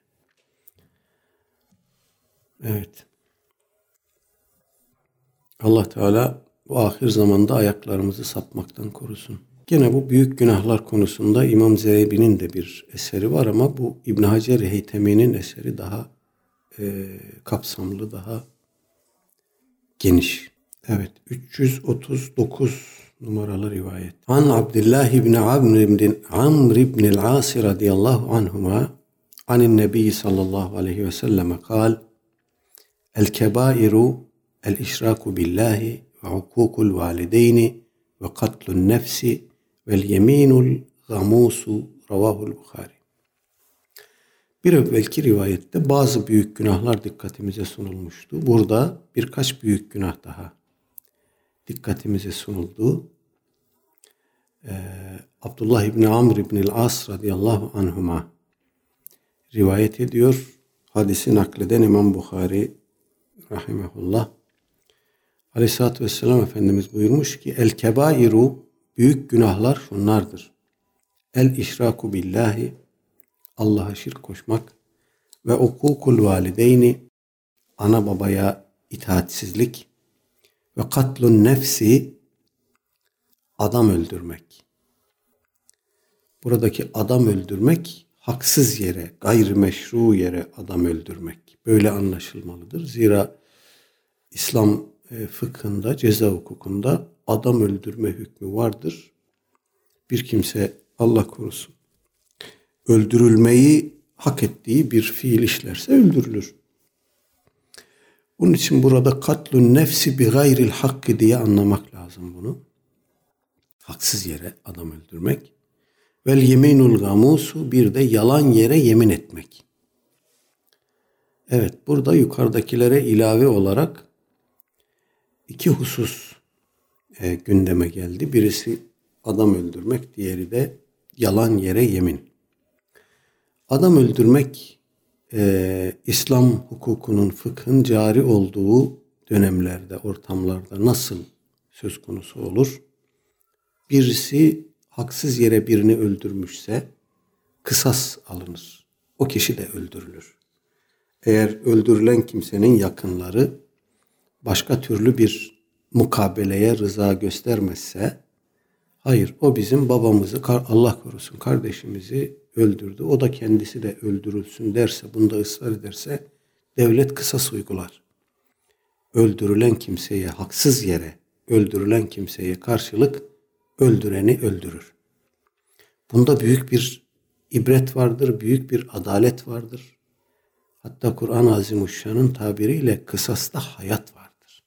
Evet. Allah Teala bu ahir zamanda ayaklarımızı sapmaktan korusun. Gene bu büyük günahlar konusunda İmam Zehebi'nin de bir eseri var ama bu İbn Hacer Heytemi'nin eseri daha kapsamlı, daha geniş. Evet, 339 numaralı rivayet. An Abdullah ibn Amr ibn el-As radıyallahu anhuma anin Nebi sallallahu aleyhi ve sellem kal el-kebairu el-işraku billahi ve hukukul valideyni ve katlun nefsi vel yeminul gamusu ravahul Bukhari. Bir evvelki rivayette bazı büyük günahlar dikkatimize sunulmuştu. Burada birkaç büyük günah daha dikkatimize sunuldu. Abdullah İbni Amr İbni As radıyallahu anhuma rivayet ediyor. Hadisi nakleden İmam Bukhari rahimehullah. Aleyhisselatü Vesselam Efendimiz buyurmuş ki el-kebairu büyük günahlar şunlardır. El-işraku billahi Allah'a şirk koşmak ve hukukul valideyni ana babaya itaatsizlik ve katlun nefsi adam öldürmek. Buradaki adam öldürmek haksız yere, gayrimeşru yere adam öldürmek. Böyle anlaşılmalıdır. Zira İslam fıkhında, ceza hukukunda adam öldürme hükmü vardır. Bir kimse Allah korusun öldürülmeyi hak ettiği bir fiil işlerse öldürülür. Bunun için burada katlun nefsi bi gayril hakkı diye anlamak lazım bunu. Haksız yere adam öldürmek. Vel yeminul gamusu bir de yalan yere yemin etmek. Evet, burada yukarıdakilere ilave olarak iki husus gündeme geldi. Birisi adam öldürmek, diğeri de yalan yere yemin. Adam öldürmek İslam hukukunun, fıkhın cari olduğu dönemlerde, ortamlarda nasıl söz konusu olur? Birisi haksız yere birini öldürmüşse kısas alınır. O kişi de öldürülür. Eğer öldürülen kimsenin yakınları başka türlü bir mukabeleye rıza göstermezse, hayır o bizim babamızı, Allah korusun kardeşimizi öldürdü, o da kendisi de öldürülsün derse, bunda ısrar ederse devlet kısas uygular. Öldürülen kimseye, haksız yere öldürülen kimseye karşılık öldüreni öldürür. Bunda büyük bir ibret vardır, büyük bir adalet vardır. Hatta Kur'an-ı Azimuşşan'ın tabiriyle kısasta hayat vardır.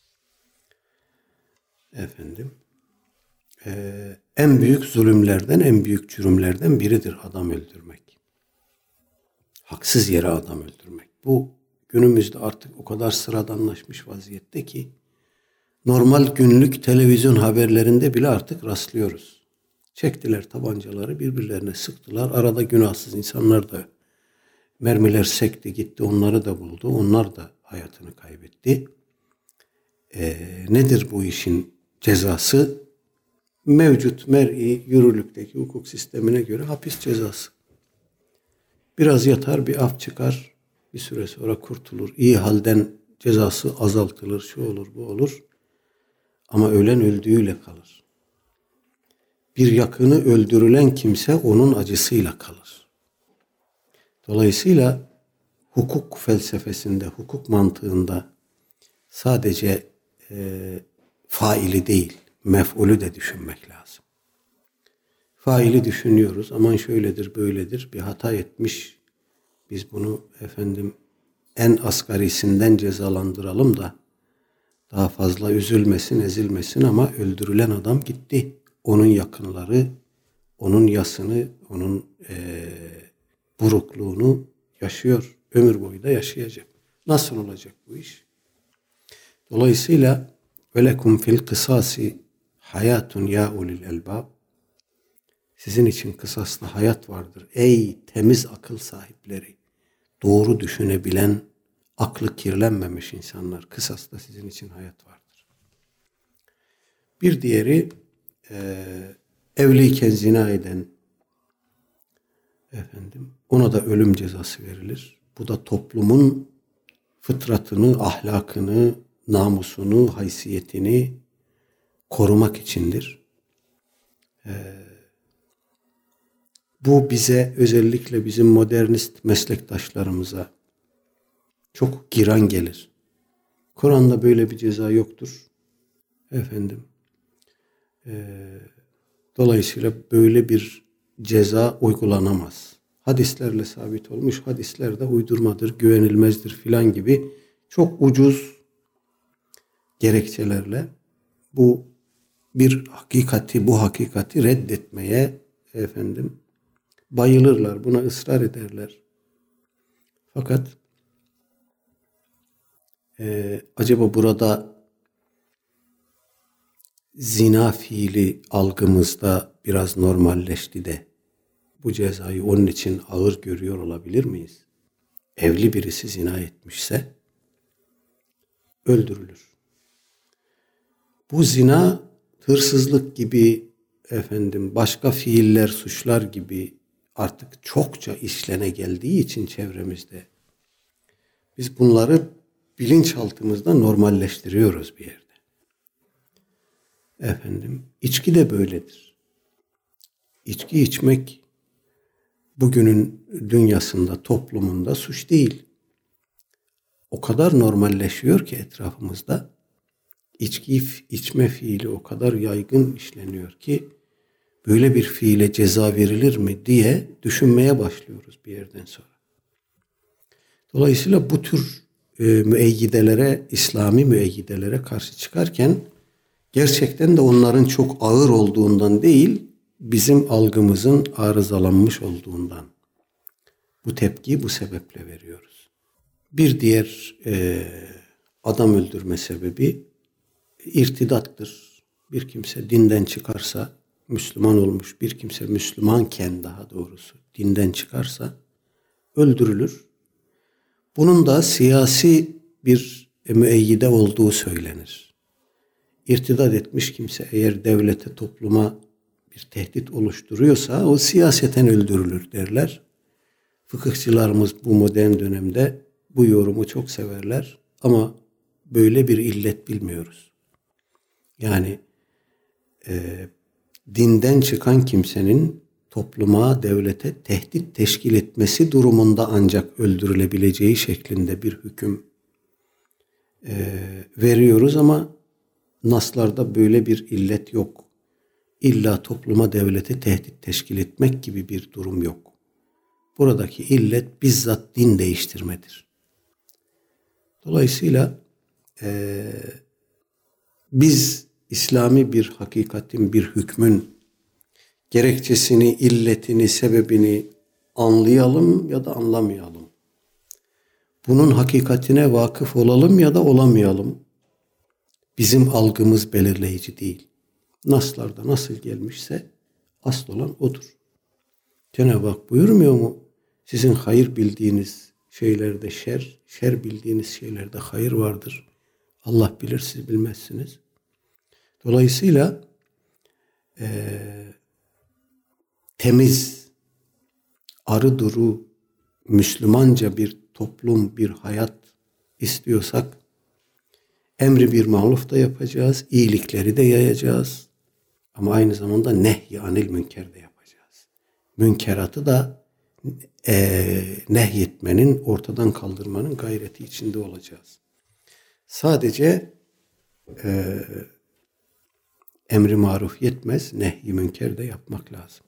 En büyük zulümlerden, en büyük cürümlerden biridir adam öldürmek. Haksız yere adam öldürmek. Bu günümüzde artık o kadar sıradanlaşmış vaziyette ki normal günlük televizyon haberlerinde bile artık rastlıyoruz. Çektiler tabancaları, birbirlerine sıktılar. Arada günahsız insanlar da mermiler sekti gitti, onları da buldu. Onlar da hayatını kaybetti. Nedir bu işin cezası? Mevcut mer'i yürürlükteki hukuk sistemine göre hapis cezası. Biraz yatar, bir af çıkar, bir süre sonra kurtulur. İyi halden cezası azaltılır, şu olur, bu olur. Ama ölen öldüğüyle kalır. Bir yakını öldürülen kimse onun acısıyla kalır. Dolayısıyla hukuk felsefesinde, hukuk mantığında sadece faili değil, mef'ulü de düşünmek lazım. Faili düşünüyoruz, aman şöyledir, böyledir, bir hata etmiş, biz bunu en asgarisinden cezalandıralım da daha fazla üzülmesin, ezilmesin, ama öldürülen adam gitti. Onun yakınları, onun yasını, onun burukluğunu yaşıyor. Ömür boyu da yaşayacak. Nasıl olacak bu iş? Dolayısıyla velekum fil kısasi hayatun ya ulil elbab. Sizin için kısaslı hayat vardır. Ey temiz akıl sahipleri, doğru düşünebilen, aklı kirlenmemiş insanlar. Kısasta sizin için hayat vardır. Bir diğeri evliyken zina eden, ona da ölüm cezası verilir. Bu da toplumun fıtratını, ahlakını, namusunu, haysiyetini korumak içindir. Bu bize, özellikle bizim modernist meslektaşlarımıza çok giran gelir. Kur'an'da böyle bir ceza yoktur. Dolayısıyla böyle bir ceza uygulanamaz. Hadislerle sabit olmuş, hadisler de uydurmadır, güvenilmezdir filan gibi çok ucuz gerekçelerle bu hakikati reddetmeye bayılırlar, buna ısrar ederler. Fakat acaba burada zina fiili algımızda biraz normalleşti de bu cezayı onun için ağır görüyor olabilir miyiz? Evli birisi zina etmişse öldürülür. Bu zina hırsızlık gibi başka fiiller, suçlar gibi artık çokça işlene geldiği için çevremizde biz bunları bilinçaltımızda normalleştiriyoruz bir yerde. İçki de böyledir. İçki içmek bugünün dünyasında, toplumunda suç değil. O kadar normalleşiyor ki etrafımızda, içki içme fiili o kadar yaygın işleniyor ki böyle bir fiile ceza verilir mi diye düşünmeye başlıyoruz bir yerden sonra. Dolayısıyla bu tür müeyyidelere, İslami müeyyidelere karşı çıkarken gerçekten de onların çok ağır olduğundan değil, bizim algımızın arızalanmış olduğundan bu tepkiyi bu sebeple veriyoruz. Bir diğer adam öldürme sebebi irtidattır. Bir kimse dinden çıkarsa, Müslüman olmuş bir kimse, Müslümanken daha doğrusu dinden çıkarsa öldürülür. Bunun da siyasi bir müeyyide olduğu söylenir. İrtidat etmiş kimse eğer devlete, topluma bir tehdit oluşturuyorsa o siyaseten öldürülür derler. Fıkıhçılarımız bu modern dönemde bu yorumu çok severler ama böyle bir illet bilmiyoruz. Yani dinden çıkan kimsenin topluma, devlete tehdit teşkil etmesi durumunda ancak öldürülebileceği şeklinde bir hüküm veriyoruz ama naslarda böyle bir illet yok. İlla topluma, devlete tehdit teşkil etmek gibi bir durum yok. Buradaki illet bizzat din değiştirmedir. Dolayısıyla biz İslami bir hakikatin, bir hükmün gerekçesini, illetini, sebebini anlayalım ya da anlamayalım. Bunun hakikatine vakıf olalım ya da olamayalım. Bizim algımız belirleyici değil. Naslarda nasıl gelmişse asıl olan odur. Cenab-ı Hak buyurmuyor mu? Sizin hayır bildiğiniz şeylerde şer, şer bildiğiniz şeylerde hayır vardır. Allah bilir, siz bilmezsiniz. Dolayısıyla temiz, arı duru, Müslümanca bir toplum, bir hayat istiyorsak emri bir maruf da yapacağız, iyilikleri de yayacağız. Ama aynı zamanda nehy anil münker de yapacağız. Münkeratı da nehyetmenin, ortadan kaldırmanın gayreti içinde olacağız. Sadece emri maruf yetmez, nehy münker de yapmak lazım.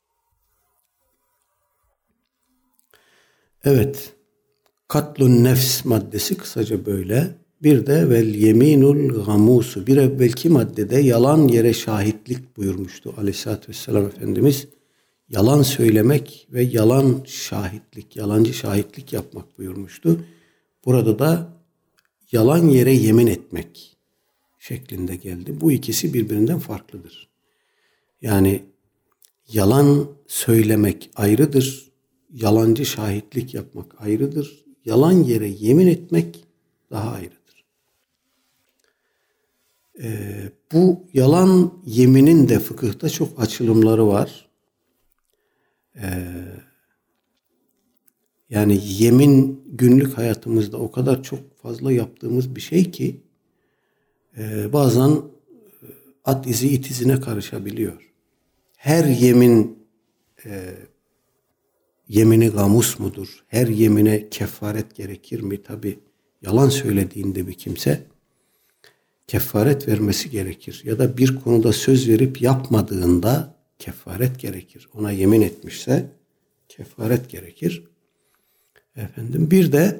Evet, katlun nefs maddesi kısaca böyle. Bir de vel yeminul gamusu. Bir evvelki maddede yalan yere şahitlik buyurmuştu Aleyhisselatü Vesselam Efendimiz. Yalan söylemek ve yalan şahitlik, yalancı şahitlik yapmak buyurmuştu. Burada da yalan yere yemin etmek şeklinde geldi. Bu ikisi birbirinden farklıdır. Yani yalan söylemek ayrıdır. Yalancı şahitlik yapmak ayrıdır. Yalan yere yemin etmek daha ayrıdır. Bu yalan yeminin de fıkıhta çok açılımları var. Yani yemin günlük hayatımızda o kadar çok fazla yaptığımız bir şey ki bazen at izi it izine karışabiliyor. Her yemin yemini gamus mudur? Her yemine kefaret gerekir mi? Tabi yalan söylediğinde bir kimse kefaret vermesi gerekir. Ya da bir konuda söz verip yapmadığında kefaret gerekir. Ona yemin etmişse kefaret gerekir. Bir de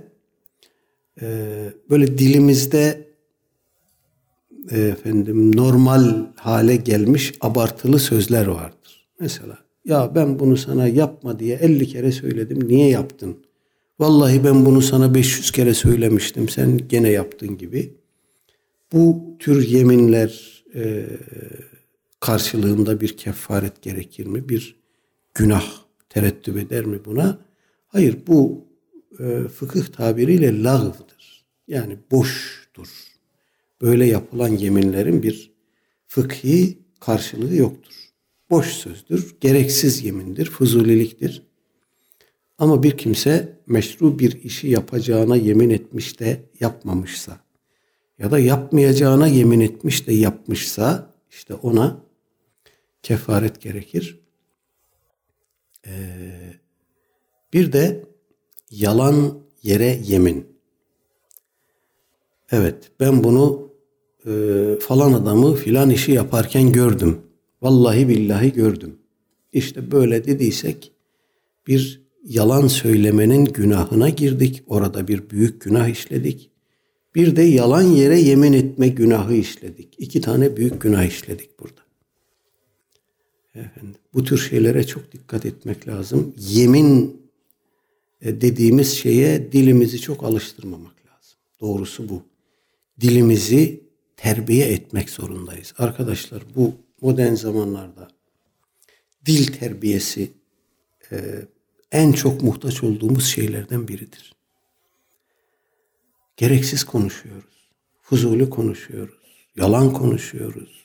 böyle dilimizde normal hale gelmiş abartılı sözler vardır. Mesela ya ben bunu sana yapma diye 50 kere söyledim. Niye yaptın? Vallahi ben bunu sana 500 kere söylemiştim. Sen gene yaptın gibi. Bu tür yeminler karşılığında bir kefaret gerekir mi? Bir günah terettüp eder mi buna? Hayır, bu fıkıh tabiriyle lağvdır. Yani boştur. Böyle yapılan yeminlerin bir fıkhi karşılığı yoktur. Boş sözdür, gereksiz yemindir, fuzuliliktir. Ama bir kimse meşru bir işi yapacağına yemin etmiş de yapmamışsa ya da yapmayacağına yemin etmiş de yapmışsa işte ona kefaret gerekir. Bir de yalan yere yemin. Evet, ben bunu falan adamı filan işi yaparken gördüm. Vallahi billahi gördüm. İşte böyle dediysek bir yalan söylemenin günahına girdik. Orada bir büyük günah işledik. Bir de yalan yere yemin etme günahı işledik. 2 tane büyük günah işledik burada. Bu tür şeylere çok dikkat etmek lazım. Yemin dediğimiz şeye dilimizi çok alıştırmamak lazım. Doğrusu bu. Dilimizi terbiye etmek zorundayız. Arkadaşlar bu modern zamanlarda dil terbiyesi en çok muhtaç olduğumuz şeylerden biridir. Gereksiz konuşuyoruz. Fuzuli konuşuyoruz. Yalan konuşuyoruz.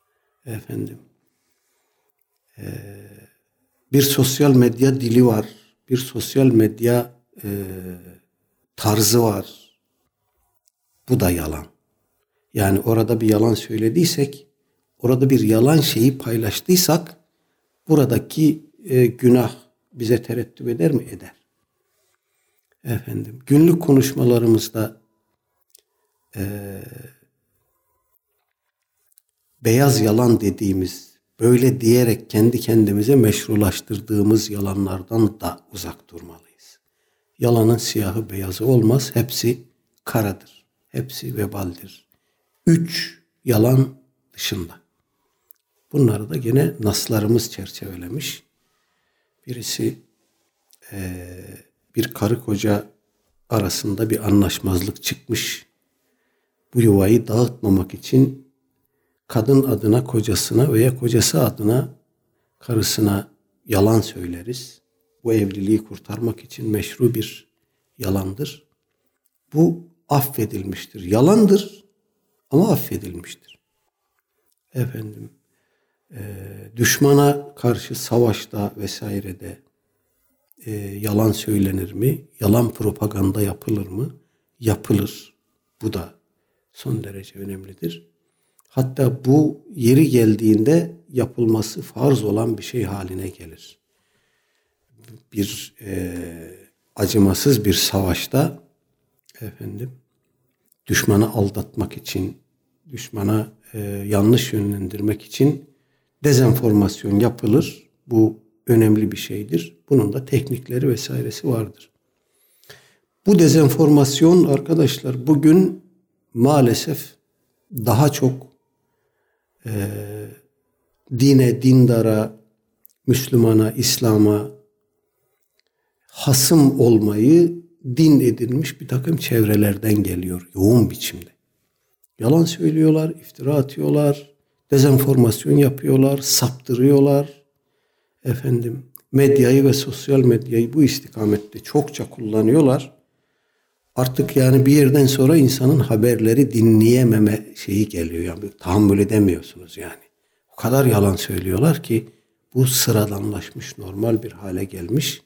Bir sosyal medya dili var. Bir sosyal medya tarzı var. Bu da yalan. Yani orada bir yalan söylediysek, orada bir yalan şeyi paylaştıysak, buradaki günah bize terettüp eder mi? Eder. Günlük konuşmalarımızda beyaz yalan dediğimiz, böyle diyerek kendi kendimize meşrulaştırdığımız yalanlardan da uzak durmalıyız. Yalanın siyahı beyazı olmaz, hepsi karadır, hepsi vebaldir. 3 yalan dışında. Bunları da gene naslarımız çerçevelemiş. Birisi bir karı koca arasında bir anlaşmazlık çıkmış. bu yuvayı dağıtmamak için kadın adına kocasına veya kocası adına karısına yalan söyleriz. Bu evliliği kurtarmak için meşru bir yalandır. Bu affedilmiştir. Yalandır ama affedilmiştir. Düşmana karşı savaşta vesairede yalan söylenir mi? Yalan propaganda yapılır mı? Yapılır. Bu da son derece önemlidir. Hatta bu yeri geldiğinde yapılması farz olan bir şey haline gelir. Bir acımasız bir savaşta düşmanı aldatmak için, düşmana yanlış yönlendirmek için dezenformasyon yapılır. Bu önemli bir şeydir. Bunun da teknikleri vesairesi vardır. Bu dezenformasyon arkadaşlar bugün maalesef daha çok dine, dindara, Müslümana, İslam'a hasım olmayı din edinmiş bir takım çevrelerden geliyor yoğun biçimde. Yalan söylüyorlar, iftira atıyorlar, dezenformasyon yapıyorlar, saptırıyorlar. Medyayı ve sosyal medyayı bu istikamette çokça kullanıyorlar. Artık yani bir yerden sonra insanın haberleri dinleyememe şeyi geliyor. Yani tahammül edemiyorsunuz yani. O kadar yalan söylüyorlar ki bu sıradanlaşmış, normal bir hale gelmiş.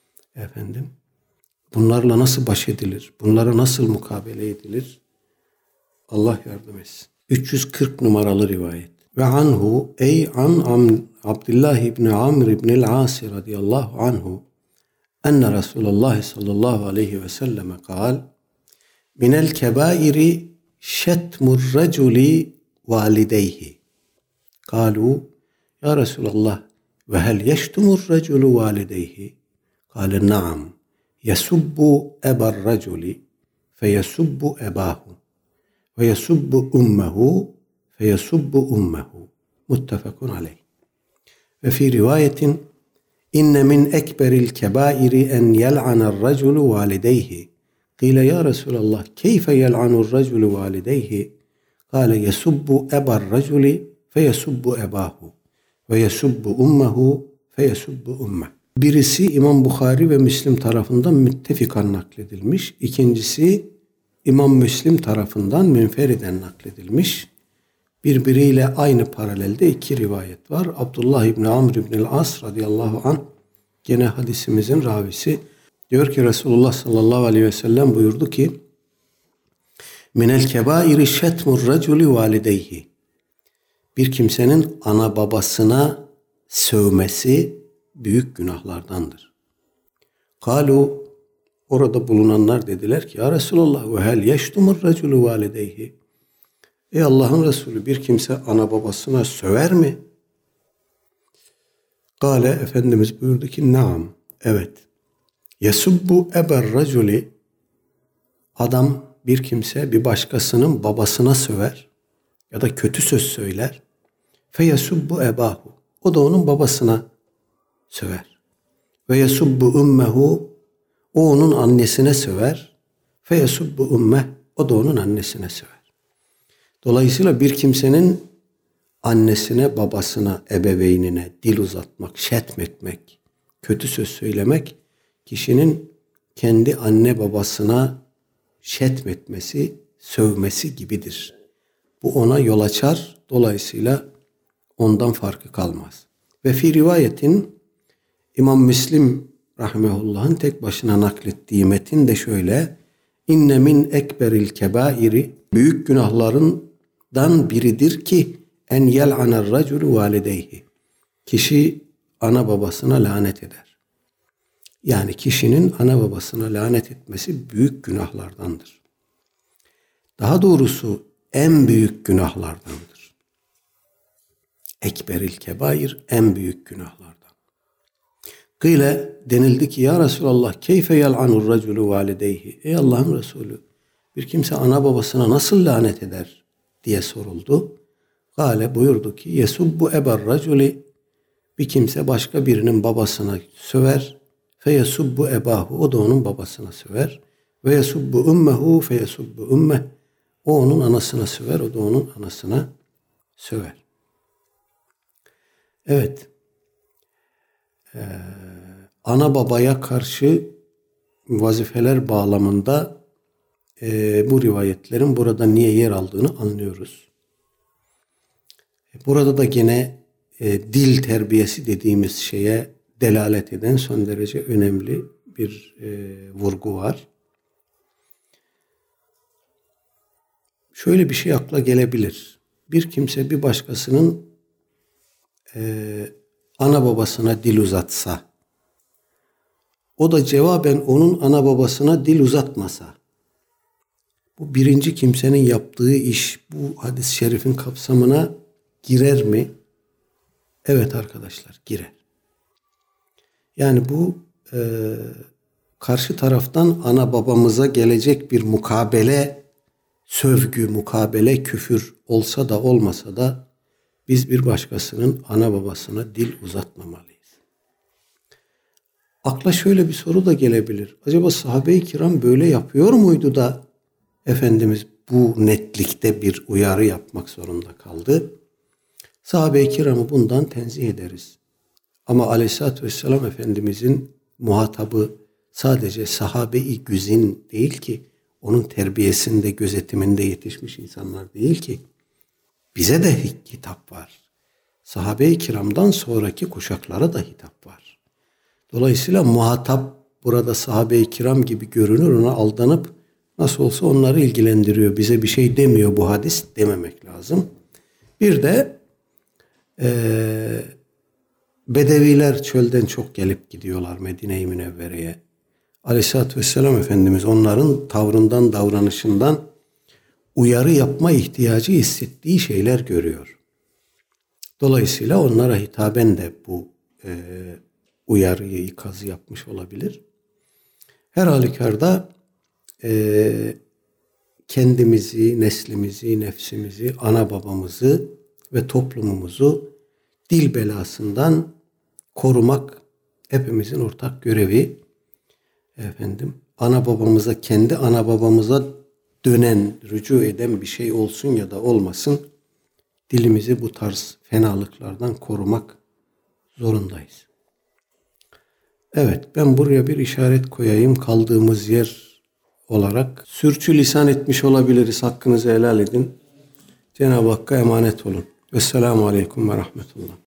Bunlarla nasıl baş edilir? Bunlara nasıl mukabele edilir? Allah yardım etsin. 340 numaralı rivayet. Ve anhu ey an Abdullah ibn Amr ibn el-As radıyallahu anhu enne Resulullah sallallahu aleyhi ve selleme kal minel kebairi şetmur raculi valideyhi. Kalu ya Resulallah ve hel yeştumur raculu valideyhi? Kale naam yesubbu ebar raculi feyesubbu ebahu ve yesubbu ummehu feyesubbu ummehu. Muttefakun aleyh. Ve fi rivayetin inne min ekberil kebairi en yel'aner raculu valideyhi. Kile ya Resulallah keyfe yel'anur raculu valideyhi? Kale yesubbu ebar raculi feyesubbu ebahu ve yesubbu ummehu feyesubbu ummeh. Birisi İmam Bukhari ve Müslim tarafından müttefikan nakledilmiş. İkincisi İmam Müslim tarafından münferiden nakledilmiş. Birbiriyle aynı paralelde iki rivayet var. Abdullah İbni Amr İbni el-As radıyallahu anh gene hadisimizin ravisi diyor ki Resulullah sallallahu aleyhi ve sellem buyurdu ki minel kebairi şetmur raculi valideyhi. Bir kimsenin ana babasına sövmesi büyük günahlardandır. Kalu orada bulunanlar dediler ki ya Resulallah ve hel yeştumur raculu valideyhi. Ey Allah'ın Resulü bir kimse ana babasına söver mi? Kale Efendimiz buyurdu ki naam, evet. Yesubbu eber raculi, adam bir kimse bir başkasının babasına söver ya da kötü söz söyler. Fe yesubbu ebahu, o da onun babasına söver. Ve yesubbu ummehu, o onun annesine söver. Fe yesubbu ummeh, o da onun annesine söver. Dolayısıyla bir kimsenin annesine, babasına, ebeveynine dil uzatmak, şetmetmek, kötü söz söylemek, kişinin kendi anne babasına şetmetmesi, sövmesi gibidir. Bu ona yol açar, dolayısıyla ondan farkı kalmaz. Ve fi rivayetin İmam Müslim rahimehullah'ın tek başına naklettiği metin de şöyle: İnne min ekberil kebairi, büyük günahlarından biridir ki en yel'aner raculu valideyhi. Kişi ana babasına lanet eder. Yani kişinin ana babasına lanet etmesi büyük günahlardandır. Daha doğrusu en büyük günahlardandır. Ekberil kebair, en büyük günahlardan. Kıyle denildi ki ya Resulallah keyfe yel'anur raculu valideyhi. Ey Allah'ın Resulü, bir kimse ana babasına nasıl lanet eder diye soruldu. Kale buyurdu ki yesubbu eber raculi, bir kimse başka birinin babasına söver. Fe yesubbu ebahu, o da onun babasına söver. Ve yesubbu ummehu fe yesubbu ummeh, O onun anasına söver, o da onun anasına söver. Evet. Ana babaya karşı vazifeler bağlamında bu rivayetlerin burada niye yer aldığını anlıyoruz. Burada da gene dil terbiyesi dediğimiz şeye delalet eden son derece önemli bir vurgu var. Şöyle bir şey akla gelebilir. Bir kimse bir başkasının ana babasına dil uzatsa, o da cevaben onun ana babasına dil uzatmasa, bu birinci kimsenin yaptığı iş bu hadis-i şerifin kapsamına girer mi? Evet arkadaşlar, girer. Yani bu karşı taraftan ana babamıza gelecek bir mukabele, sövgü, mukabele, küfür olsa da olmasa da biz bir başkasının ana babasına dil uzatmamalıyız. Akla şöyle bir soru da gelebilir. Acaba sahabe-i kiram böyle yapıyor muydu da Efendimiz bu netlikte bir uyarı yapmak zorunda kaldı? Sahabe-i kiramı bundan tenzih ederiz. Ama Aleyhisselatü Vesselam Efendimizin muhatabı sadece sahabe-i güzin değil ki, onun terbiyesinde, gözetiminde yetişmiş insanlar değil ki. Bize de hitap var. Sahabe-i kiramdan sonraki kuşaklara da hitap var. Dolayısıyla muhatap burada sahabe-i kiram gibi görünür, ona aldanıp nasıl olsa onları ilgilendiriyor, bize bir şey demiyor bu hadis dememek lazım. Bir de Bedeviler çölden çok gelip gidiyorlar Medine-i Münevvere'ye. Aleyhisselatü Vesselam Efendimiz onların tavrından, davranışından uyarı yapma ihtiyacı hissettiği şeyler görüyor. Dolayısıyla onlara hitaben de bu uyarıyı, ikazı yapmış olabilir. Her halükarda kendimizi, neslimizi, nefsimizi, ana babamızı ve toplumumuzu dil belasından korumak hepimizin ortak görevi. Ana babamıza, kendi ana babamıza dönen, rücu eden bir şey olsun ya da olmasın, dilimizi bu tarz fenalıklardan korumak zorundayız. Evet, ben buraya bir işaret koyayım. Kaldığımız yer olarak sürçülisan etmiş olabiliriz. Hakkınızı helal edin. Cenab-ı Hakk'a emanet olun. Vesselamu aleyküm ve rahmetullah.